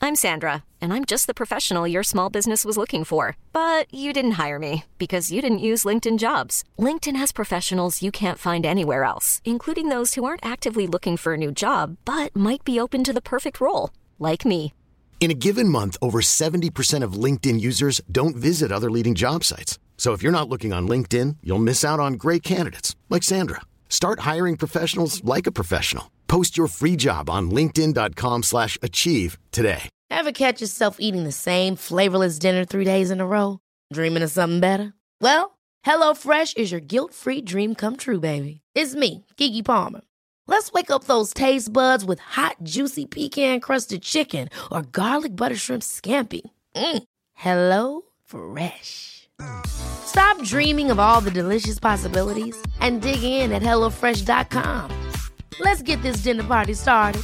I'm Sandra, and I'm just the professional your small business was looking for. But you didn't hire me because you didn't use LinkedIn Jobs. LinkedIn has professionals you can't find anywhere else, including those who aren't actively looking for a new job, but might be open to the perfect role, like me. In a given month, over 70% of LinkedIn users don't visit other leading job sites. So if you're not looking on LinkedIn, you'll miss out on great candidates like Sandra. Start hiring professionals like a professional. Post your free job on linkedin.com/achieve today. Ever catch yourself eating the same flavorless dinner 3 days in a row? Dreaming of something better? Well, HelloFresh is your guilt-free dream come true, baby. It's me, Keke Palmer. Let's wake up those taste buds with hot, juicy pecan-crusted chicken or garlic butter shrimp scampi. Hello Fresh. Stop dreaming of all the delicious possibilities and dig in at HelloFresh.com. Let's get this dinner party started.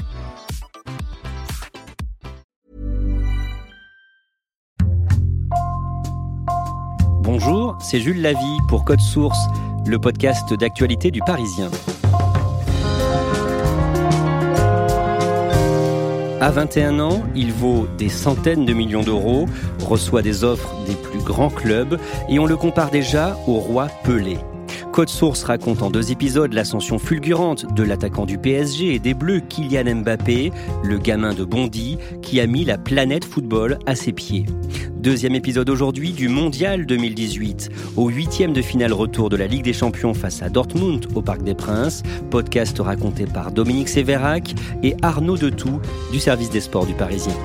Bonjour, c'est Jules Lavie pour Code Source, le podcast d'actualité du Parisien. À 21 ans, il vaut des centaines de millions d'euros, reçoit des offres des plus grands clubs et on le compare déjà au roi Pelé. Code Source raconte en 2 épisodes l'ascension fulgurante de l'attaquant du PSG et des Bleus Kylian Mbappé, le gamin de Bondy qui a mis la planète football à ses pieds. 2e épisode aujourd'hui du Mondial 2018, au 8e de finale retour de la Ligue des Champions face à Dortmund au Parc des Princes, podcast raconté par Dominique Sévérac et Arnaud Detoux du service des sports du Parisien.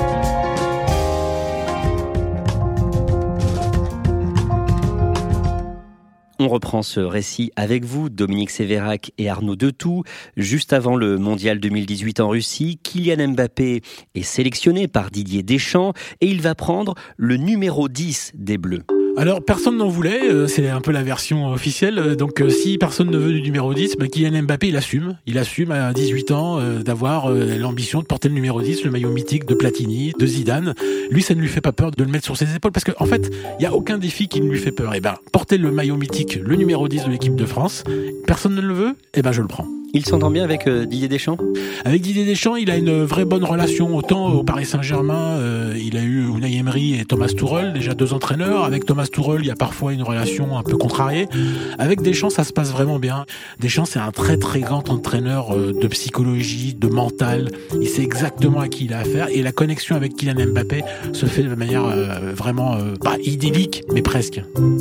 On reprend ce récit avec vous, Dominique Sévérac et Arnaud Detoux. Juste avant le Mondial 2018 en Russie, Kylian Mbappé est sélectionné par Didier Deschamps et il va prendre le numéro 10 des Bleus. Alors, personne n'en voulait, c'est un peu la version officielle. Donc, si personne ne veut du numéro 10, Kylian Mbappé, il assume. Il assume à 18 ans d'avoir l'ambition de porter le numéro 10, le maillot mythique de Platini, de Zidane. Lui, ça ne lui fait pas peur de le mettre sur ses épaules parce qu'en fait, il n'y a aucun défi qui ne lui fait peur. Porter le maillot mythique, le numéro 10 de l'équipe de France, personne ne le veut, je le prends. Il s'entend bien avec Didier Deschamps ? Avec Didier Deschamps, il a une vraie bonne relation. Autant au Paris Saint-Germain, il a eu Unai Emery et Thomas Tuchel, déjà 2 entraîneurs. Avec Thomas Tuchel, il y a parfois une relation un peu contrariée. Avec Deschamps, ça se passe vraiment bien. Deschamps, c'est un très très grand entraîneur de psychologie, de mental. Il sait exactement à qui il a affaire. Et la connexion avec Kylian Mbappé se fait de manière vraiment pas idyllique, mais presque.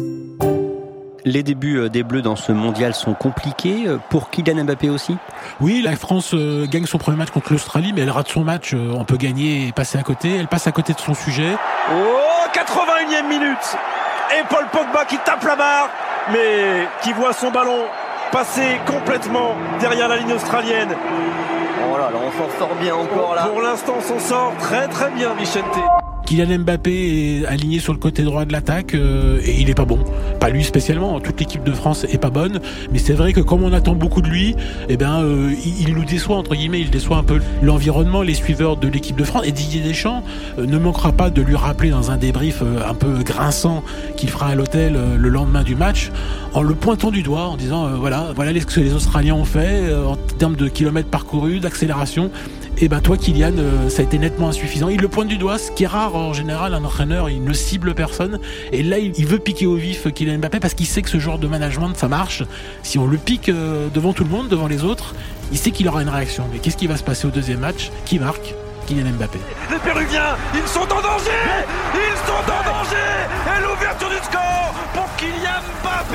Les débuts des Bleus dans ce mondial sont compliqués, pour Kylian Mbappé aussi ? Oui, la France gagne son premier match contre l'Australie, mais elle rate son match, on peut gagner et passer à côté. Elle passe à côté de son sujet. Oh, 81e minute. Et Paul Pogba qui tape la barre, mais qui voit son ballon passer complètement derrière la ligne australienne. Oh là là, on s'en sort bien encore là. Pour l'instant, on s'en sort très très bien, Vicente. Kylian Mbappé est aligné sur le côté droit de l'attaque et il est pas bon. Pas lui spécialement, toute l'équipe de France est pas bonne, mais c'est vrai que comme on attend beaucoup de lui, il nous déçoit entre guillemets, il déçoit un peu l'environnement, les suiveurs de l'équipe de France. Et Didier Deschamps ne manquera pas de lui rappeler dans un débrief un peu grinçant qu'il fera à l'hôtel le lendemain du match, en le pointant du doigt, en disant voilà ce que les Australiens ont fait en termes de kilomètres parcourus, d'accélération. Et toi, Kylian, ça a été nettement insuffisant. Il le pointe du doigt, ce qui est rare en général, un entraîneur, il ne cible personne. Et là, il veut piquer au vif Kylian Mbappé parce qu'il sait que ce genre de management, ça marche. Si on le pique devant tout le monde, devant les autres, il sait qu'il aura une réaction. Mais qu'est-ce qui va se passer au 2e match ? Qui marque ? Kylian Mbappé. Les Péruviens, ils sont en danger. Ils sont en danger. Et l'ouverture du score pour Kylian Mbappé.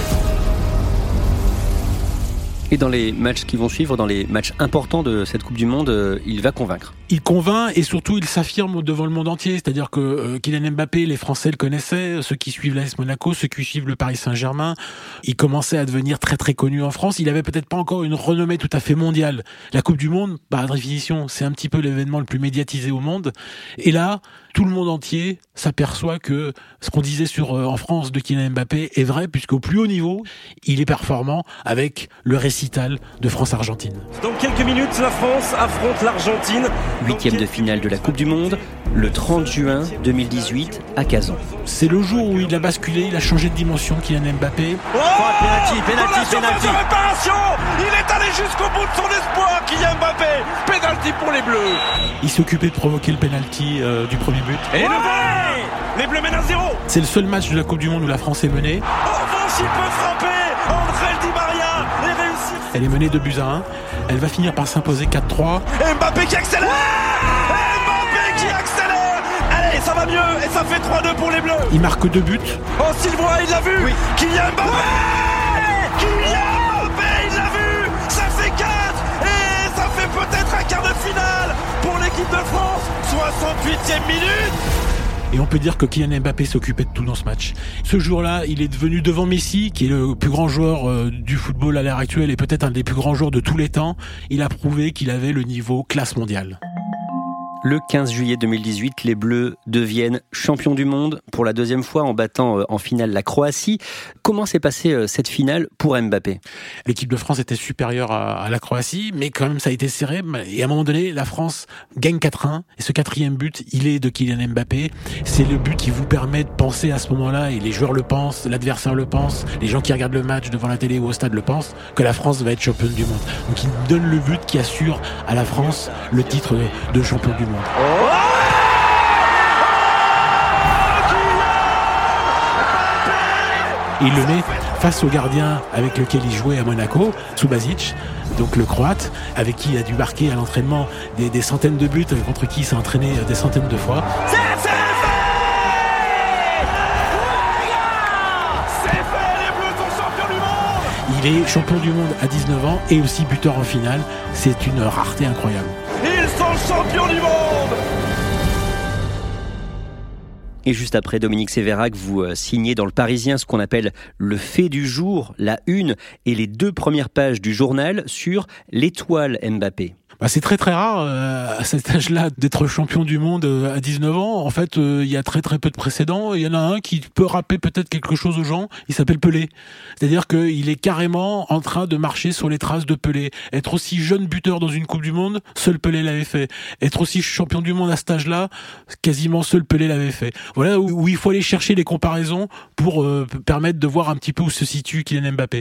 Et dans les matchs qui vont suivre, dans les matchs importants de cette Coupe du Monde, il va convaincre. Il convainc et surtout il s'affirme devant le monde entier. C'est-à-dire que Kylian Mbappé, les Français le connaissaient, ceux qui suivent l'AS Monaco, ceux qui suivent le Paris Saint-Germain. Il commençait à devenir très très connu en France. Il avait peut-être pas encore une renommée tout à fait mondiale. La Coupe du Monde, par définition, c'est un petit peu l'événement le plus médiatisé au monde. Et là, tout le monde entier s'aperçoit que ce qu'on disait en France de Kylian Mbappé est vrai, puisqu'au plus haut niveau, il est performant avec le récital de France-Argentine. Dans quelques minutes, la France affronte l'Argentine 8e de finale de la Coupe du Monde, le 30 juin 2018 à Kazan. C'est le jour où il a basculé, il a changé de dimension, Kylian Mbappé. Penalty. Réparation. Il est allé jusqu'au bout de son espoir, Kylian Mbappé. Penalty pour les Bleus. Il s'est occupé de provoquer le penalty du premier but. Et le volley. Les Bleus mènent à 0. C'est le seul match de la Coupe du Monde où la France est menée. En revanche, il peut frapper. André Di Maria et réussir. Elle est menée 2-1. Elle va finir par s'imposer 4-3. Mbappé qui accélère. Mbappé qui accélère. Allez, ça va mieux et ça fait 3-2 pour les Bleus. Il marque 2 buts. Oh, Sylvain, il l'a vu. Oui. Kylian Mbappé. Kylian Mbappé, il l'a vu. Ça fait 4 et ça fait peut-être un quart de finale pour l'équipe de France. 68e minute. Et on peut dire que Kylian Mbappé s'occupait de tout dans ce match. Ce jour-là, il est devenu devant Messi, qui est le plus grand joueur du football à l'heure actuelle et peut-être un des plus grands joueurs de tous les temps. Il a prouvé qu'il avait le niveau classe mondiale. Le 15 juillet 2018, les Bleus deviennent champions du monde pour la deuxième fois en battant en finale la Croatie. Comment s'est passée cette finale pour Mbappé ? L'équipe de France était supérieure à la Croatie, mais quand même ça a été serré. Et à un moment donné, la France gagne 4-1. Et ce 4e but, il est de Kylian Mbappé. C'est le but qui vous permet de penser à ce moment-là, et les joueurs le pensent, l'adversaire le pense, les gens qui regardent le match devant la télé ou au stade le pensent, que la France va être championne du monde. Donc il donne le but qui assure à la France le titre de champion du monde. Et il le met face au gardien avec lequel il jouait à Monaco, Subasic, donc le Croate, avec qui il a dû marquer à l'entraînement des centaines de buts, contre qui il s'est entraîné des centaines de fois. C'est fait, les Bleus sont champions du monde. Il est champion du monde à 19 ans et aussi buteur en finale. C'est une rareté incroyable. Ils sont champions du monde. Et juste après, Dominique Sévérac, vous signez dans Le Parisien ce qu'on appelle le fait du jour, la une et les 2 premières pages du journal sur l'étoile Mbappé. C'est très très rare à cet âge-là d'être champion du monde à 19 ans. En fait, il y a très très peu de précédents. Il y en a un qui peut rappeler peut-être quelque chose aux gens. Il s'appelle Pelé. C'est-à-dire qu'il est carrément en train de marcher sur les traces de Pelé. Être aussi jeune buteur dans une Coupe du Monde, seul Pelé l'avait fait. Être aussi champion du monde à cet âge-là, quasiment seul Pelé l'avait fait. Voilà où il faut aller chercher les comparaisons pour permettre de voir un petit peu où se situe Kylian Mbappé.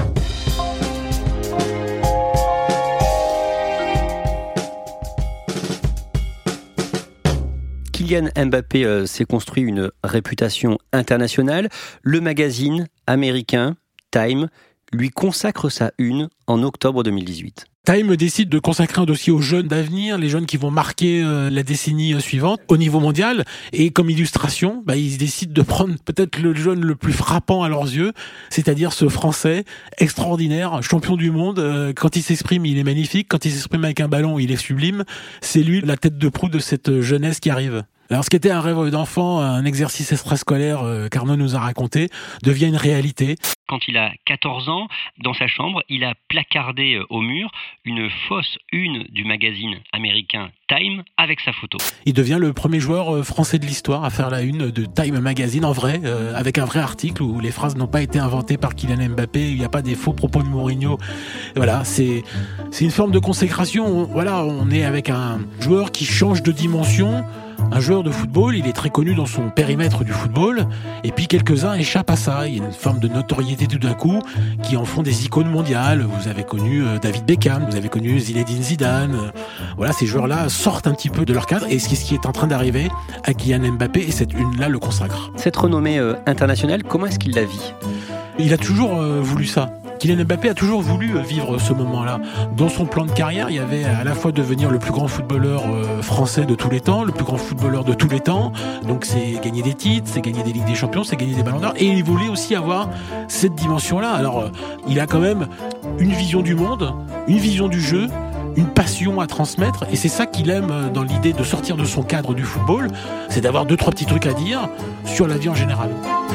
Kylian Mbappé s'est construit une réputation internationale. Le magazine américain Time lui consacre sa une en octobre 2018. Time décide de consacrer un dossier aux jeunes d'avenir, les jeunes qui vont marquer la décennie suivante au niveau mondial. Et comme illustration, ils décident de prendre peut-être le jeune le plus frappant à leurs yeux, c'est-à-dire ce Français extraordinaire, champion du monde. Quand il s'exprime, il est magnifique. Quand il s'exprime avec un ballon, il est sublime. C'est lui la tête de proue de cette jeunesse qui arrive. Alors ce qui était un rêve d'enfant, un exercice extrascolaire qu'Arnaud nous a raconté, devient une réalité. Quand il a 14 ans, dans sa chambre, il a placardé au mur une fausse une du magazine américain Time avec sa photo. Il devient le premier joueur français de l'histoire à faire la une de Time Magazine en vrai, avec un vrai article où les phrases n'ont pas été inventées par Kylian Mbappé, il n'y a pas des faux propos de Mourinho. Voilà, c'est une forme de consécration. On est avec un joueur qui change de dimension. Un joueur de football, il est très connu dans son périmètre du football, et puis quelques-uns échappent à ça. Il y a une forme de notoriété tout d'un coup, qui en font des icônes mondiales. Vous avez connu David Beckham, vous avez connu Zinedine Zidane. Voilà, ces joueurs-là sortent un petit peu de leur cadre, et c'est ce qui est en train d'arriver à Kylian Mbappé, et cette une-là le consacre. Cette renommée internationale, comment est-ce qu'il la vit ? Il a toujours voulu ça. Kylian Mbappé a toujours voulu vivre ce moment-là. Dans son plan de carrière, il y avait à la fois devenir le plus grand footballeur français de tous les temps, le plus grand footballeur de tous les temps. Donc c'est gagner des titres, c'est gagner des Ligues des Champions, c'est gagner des Ballons d'Or. Et il voulait aussi avoir cette dimension-là. Alors il a quand même une vision du monde, une vision du jeu, une passion à transmettre, et c'est ça qu'il aime dans l'idée de sortir de son cadre du football, c'est d'avoir 2-3 petits trucs à dire sur la vie en général.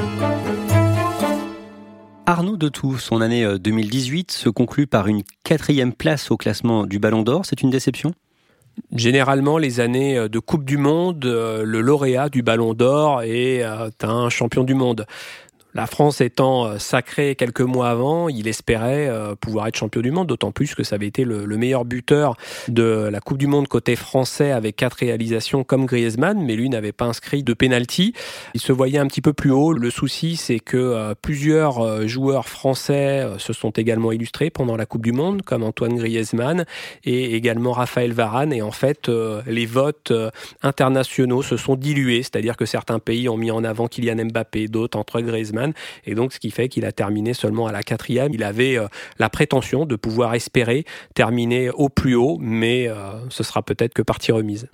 Arnaud Detout, son année 2018 se conclut par une 4e place au classement du Ballon d'Or. C'est une déception ? Généralement, les années de Coupe du Monde, le lauréat du Ballon d'Or est un champion du monde. La France étant sacrée quelques mois avant, il espérait pouvoir être champion du monde, d'autant plus que ça avait été le meilleur buteur de la Coupe du Monde côté français avec 4 réalisations comme Griezmann, mais lui n'avait pas inscrit de pénalty. Il se voyait un petit peu plus haut. Le souci, c'est que plusieurs joueurs français se sont également illustrés pendant la Coupe du Monde, comme Antoine Griezmann et également Raphaël Varane. Et en fait, les votes internationaux se sont dilués, c'est-à-dire que certains pays ont mis en avant Kylian Mbappé, d'autres entre Griezmann. Et donc, ce qui fait qu'il a terminé seulement à la 4e. Il avait la prétention de pouvoir espérer terminer au plus haut, mais ce sera peut-être que partie remise.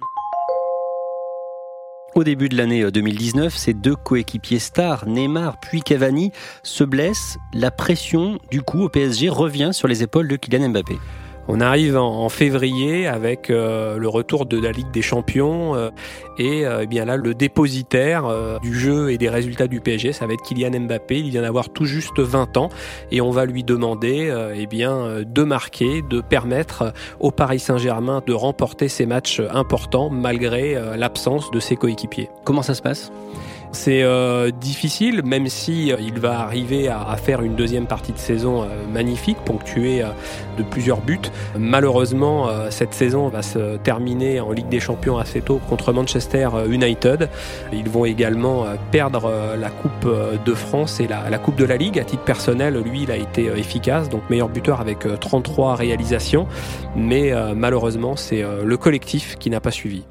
Au début de l'année 2019, ces 2 coéquipiers stars, Neymar puis Cavani, se blessent. La pression, du coup, au PSG revient sur les épaules de Kylian Mbappé. On arrive en février avec le retour de la Ligue des Champions et bien là le dépositaire du jeu et des résultats du PSG, ça va être Kylian Mbappé. Il vient d'avoir tout juste 20 ans et on va lui demander de marquer, de permettre au Paris Saint-Germain de remporter ces matchs importants malgré l'absence de ses coéquipiers. Comment ça se passe ? C'est difficile, même si il va arriver à faire une deuxième partie de saison magnifique, ponctuée de plusieurs buts. Malheureusement, cette saison va se terminer en Ligue des Champions assez tôt contre Manchester United. Ils vont également perdre la Coupe de France et la Coupe de la Ligue. À titre personnel, lui, il a été efficace, donc meilleur buteur avec 33 réalisations. Mais malheureusement, c'est le collectif qui n'a pas suivi.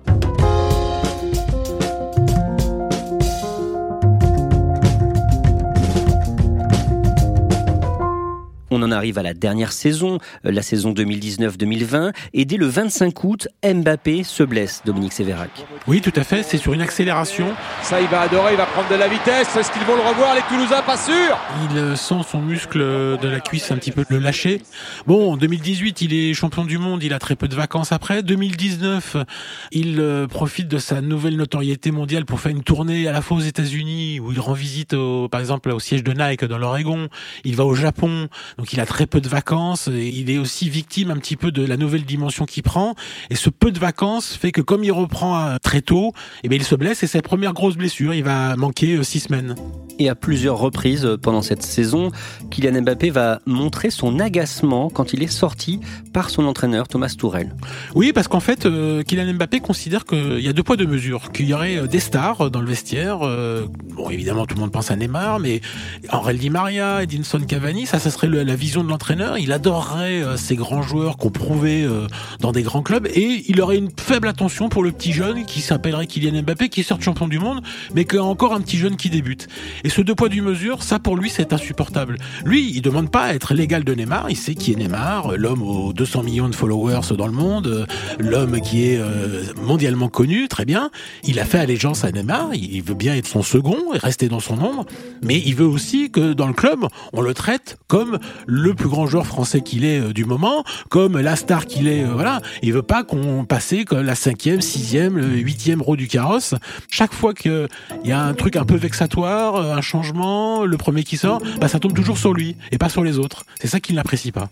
On en arrive à la dernière saison, la saison 2019-2020, et dès le 25 août, Mbappé se blesse, Dominique Sévérac. Oui, tout à fait, c'est sur une accélération. Ça, il va adorer, il va prendre de la vitesse. Est-ce qu'ils vont le revoir, les Toulousains? Pas sûr. Il sent son muscle de la cuisse un petit peu le lâcher. Bon, en 2018, il est champion du monde, il a très peu de vacances après. 2019, il profite de sa nouvelle notoriété mondiale pour faire une tournée à la fois aux États-Unis, où il rend visite, par exemple, au siège de Nike dans l'Oregon. Il va au Japon. Donc il a très peu de vacances, et il est aussi victime un petit peu de la nouvelle dimension qu'il prend, et ce peu de vacances fait que comme il reprend très tôt, il se blesse, et c'est sa première grosse blessure, il va manquer 6 semaines. Et à plusieurs reprises pendant cette saison, Kylian Mbappé va montrer son agacement quand il est sorti par son entraîneur Thomas Tuchel. Oui, parce qu'en fait, Kylian Mbappé considère qu'il y a 2 poids 2 mesures, qu'il y aurait des stars dans le vestiaire. Bon, évidemment, tout le monde pense à Neymar, mais Angel Di Maria, Edinson Cavani, ça serait la vision de l'entraîneur. Il adorerait ces grands joueurs qu'on prouvait dans des grands clubs, et il aurait une faible attention pour le petit jeune qui s'appellerait Kylian Mbappé, qui est certes champion du monde, mais qui est encore un petit jeune qui débute. Et ce 2 poids 2 mesures, ça pour lui c'est insupportable. Lui, il demande pas à être l'égal de Neymar, il sait qui est Neymar, l'homme aux 200 millions de followers dans le monde, l'homme qui est mondialement connu, très bien. Il a fait allégeance à Neymar, il veut bien être son second et rester dans son ombre, mais il veut aussi que dans le club, on le traite comme le plus grand joueur français qu'il est du moment, comme la star qu'il est, voilà. Il veut pas qu'on passe comme la 5e, 6e, le 8e roue du carrosse. Chaque fois qu'il y a un truc un peu vexatoire, un changement, le premier qui sort, ça tombe toujours sur lui et pas sur les autres. C'est ça qu'il n'apprécie pas.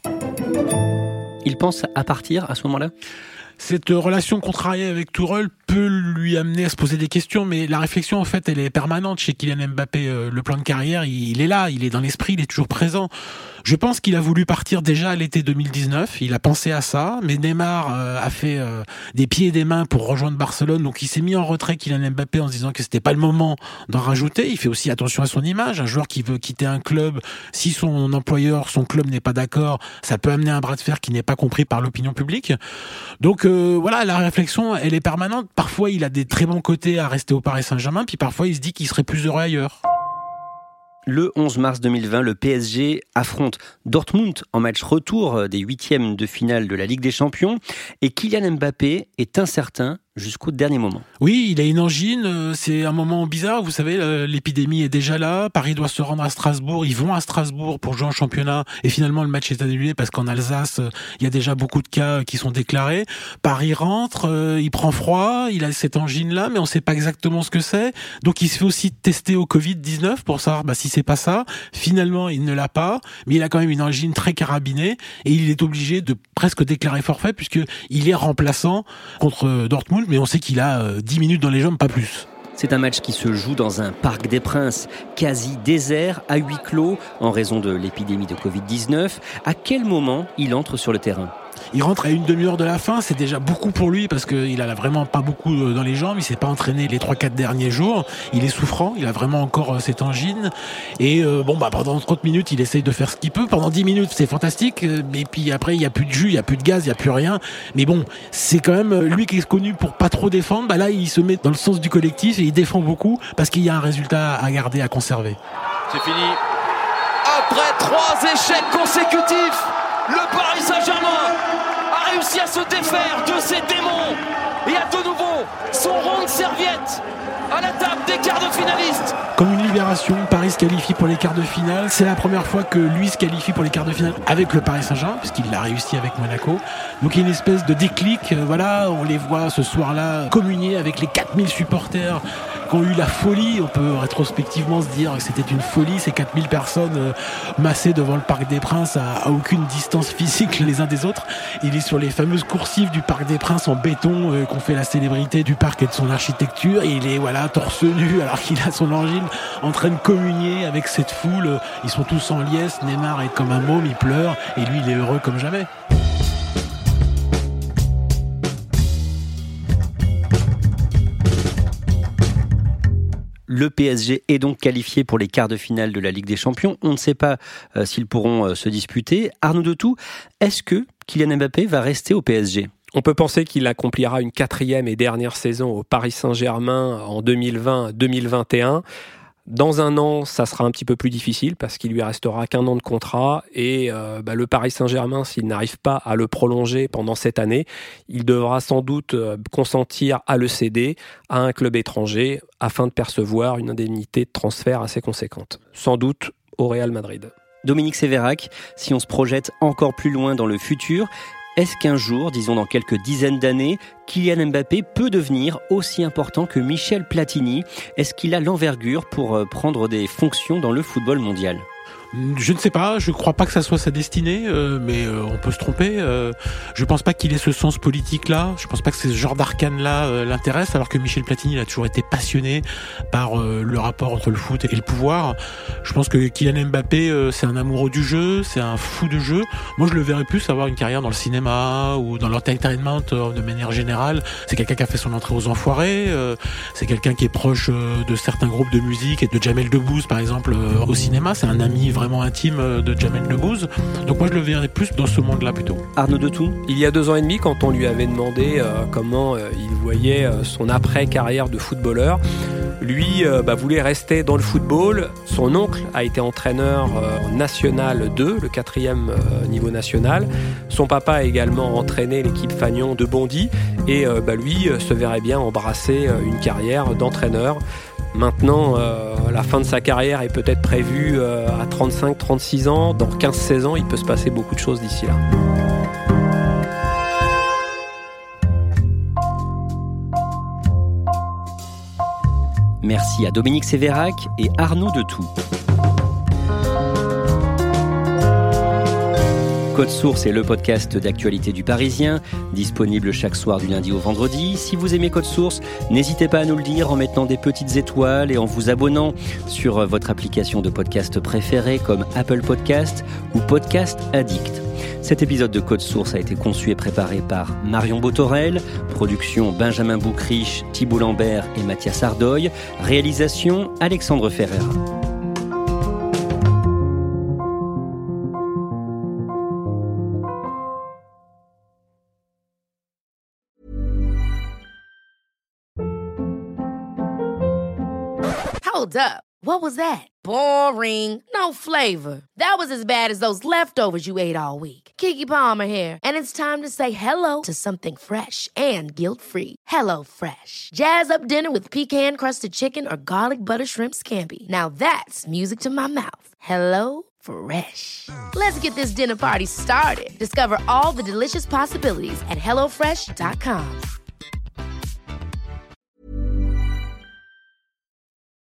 Il pense à partir à ce moment-là ? Cette relation contrariée avec Tuchel peut lui amener à se poser des questions, mais la réflexion, en fait, elle est permanente chez Kylian Mbappé. Le plan de carrière, il est là, il est dans l'esprit, il est toujours présent. Je pense qu'il a voulu partir déjà à l'été 2019, il a pensé à ça, mais Neymar a fait des pieds et des mains pour rejoindre Barcelone, donc il s'est mis en retrait, Kylian Mbappé, en se disant que c'était pas le moment d'en rajouter. Il fait aussi attention à son image, un joueur qui veut quitter un club, si son employeur, son club n'est pas d'accord, ça peut amener un bras de fer qui n'est pas compris par l'opinion publique. Donc voilà, la réflexion, elle est permanente. Parfois, il a des très bons côtés à rester au Paris Saint-Germain, puis parfois, il se dit qu'il serait plus heureux ailleurs. Le 11 mars 2020, le PSG affronte Dortmund en match retour des 8e de finale de la Ligue des Champions, et Kylian Mbappé est incertain jusqu'au dernier moment. Oui, il a une angine, c'est un moment bizarre, vous savez, l'épidémie est déjà là, Paris doit se rendre à Strasbourg, ils vont à Strasbourg pour jouer en championnat, et finalement le match est annulé parce qu'en Alsace, il y a déjà beaucoup de cas qui sont déclarés. Paris rentre, il prend froid, il a cette angine-là, mais on sait pas exactement ce que c'est, donc il se fait aussi tester au Covid-19 pour savoir si c'est pas ça. Finalement, il ne l'a pas, mais il a quand même une angine très carabinée, et il est obligé de presque déclarer forfait, puisque il est remplaçant contre Dortmund, mais on sait qu'il a 10 minutes dans les jambes, pas plus. C'est un match qui se joue dans un Parc des Princes, quasi désert, à huis clos, en raison de l'épidémie de Covid-19. À quel moment il entre sur le terrain ? Il rentre à une demi-heure de la fin, c'est déjà beaucoup pour lui parce qu'il a vraiment pas beaucoup dans les jambes, il s'est pas entraîné les 3-4 derniers jours, il est souffrant, il a vraiment encore cette angine et pendant 30 minutes il essaye de faire ce qu'il peut, pendant 10 minutes c'est fantastique, mais puis après il y a plus de jus, il y a plus de gaz, il y a plus rien, mais bon, c'est quand même lui qui est connu pour pas trop défendre, là il se met dans le sens du collectif et il défend beaucoup parce qu'il y a un résultat à garder, à conserver. C'est fini. Après 3 échecs consécutifs, le Paris Saint-Germain a réussi à se défaire de ses démons et a de nouveau son rond de serviette à la table des quarts de finalistes. Comme une libération, Paris se qualifie pour les quarts de finale. C'est la première fois que lui se qualifie pour les quarts de finale avec le Paris Saint-Germain, puisqu'il l'a réussi avec Monaco. Donc il y a une espèce de déclic. On les voit ce soir-là communier avec les 4000 supporters qui ont eu la folie. On peut rétrospectivement se dire que c'était une folie, ces 4000 personnes massées devant le Parc des Princes à aucune distance physique les uns des autres. Il est sur les fameuses coursives du Parc des Princes en béton qu'on fait la célébrité du parc et de son architecture. Et il est torse nu alors qu'il a son angine, en train de communier avec cette foule. Ils sont tous en liesse, Neymar est comme un môme, il pleure et lui il est heureux comme jamais. Le PSG est donc qualifié pour les quarts de finale de la Ligue des Champions. On ne sait pas s'ils pourront se disputer. Arnaud Detout, est-ce que Kylian Mbappé va rester au PSG ? On peut penser qu'il accomplira une 4e et dernière saison au Paris Saint-Germain en 2020-2021. Dans un an, ça sera un petit peu plus difficile parce qu'il lui restera qu'1 an de contrat et le Paris Saint-Germain, s'il n'arrive pas à le prolonger pendant cette année, il devra sans doute consentir à le céder à un club étranger afin de percevoir une indemnité de transfert assez conséquente. Sans doute au Real Madrid. Dominique Sévérac, si on se projette encore plus loin dans le futur, est-ce qu'un jour, disons dans quelques dizaines d'années, Kylian Mbappé peut devenir aussi important que Michel Platini ? Est-ce qu'il a l'envergure pour prendre des fonctions dans le football mondial ? Je ne sais pas, je crois pas que ça soit sa destinée, mais on peut se tromper. Je pense pas qu'il ait ce sens politique-là, je pense pas que ce genre d'arcane-là l'intéresse, alors que Michel Platini il a toujours été passionné par le rapport entre le foot et le pouvoir. Je pense que Kylian Mbappé, c'est un amoureux du jeu, c'est un fou de jeu. Moi, je le verrais plus avoir une carrière dans le cinéma ou dans l'entertainment de manière générale. C'est quelqu'un qui a fait son entrée aux Enfoirés, c'est quelqu'un qui est proche de certains groupes de musique et de Jamel Debbouze, par exemple, au cinéma. C'est un ami vraiment intime de Jamel Debbouze. Donc moi je le verrais plus dans ce monde-là plutôt. Arnaud Detout. Il y a 2 ans et demi, quand on lui avait demandé comment il voyait son après-carrière de footballeur, lui voulait rester dans le football. Son oncle a été entraîneur national 2, le 4e niveau national. Son papa a également entraîné l'équipe Fagnon de Bondy et lui se verrait bien embrasser une carrière d'entraîneur. Maintenant, la fin de sa carrière est peut-être prévue à 35-36 ans. Dans 15-16 ans, il peut se passer beaucoup de choses d'ici là. Merci à Dominique Sévérac et Arnaud Detout. Code Source est le podcast d'actualité du Parisien, disponible chaque soir du lundi au vendredi. Si vous aimez Code Source, n'hésitez pas à nous le dire en mettant des petites étoiles et en vous abonnant sur votre application de podcast préférée comme Apple Podcast ou Podcast Addict. Cet épisode de Code Source a été conçu et préparé par Marion Botorel, production Benjamin Boucriche, Thibault Lambert et Mathias Ardoy, réalisation Alexandre Ferreira. Hold up. What was that? Boring. No flavor. That was as bad as those leftovers you ate all week. Keke Palmer here. And it's time to say hello to something fresh and guilt-free. Hello Fresh. Jazz up dinner with pecan-crusted chicken or garlic butter shrimp scampi. Now that's music to my mouth. Hello Fresh. Let's get this dinner party started. Discover all the delicious possibilities at HelloFresh.com.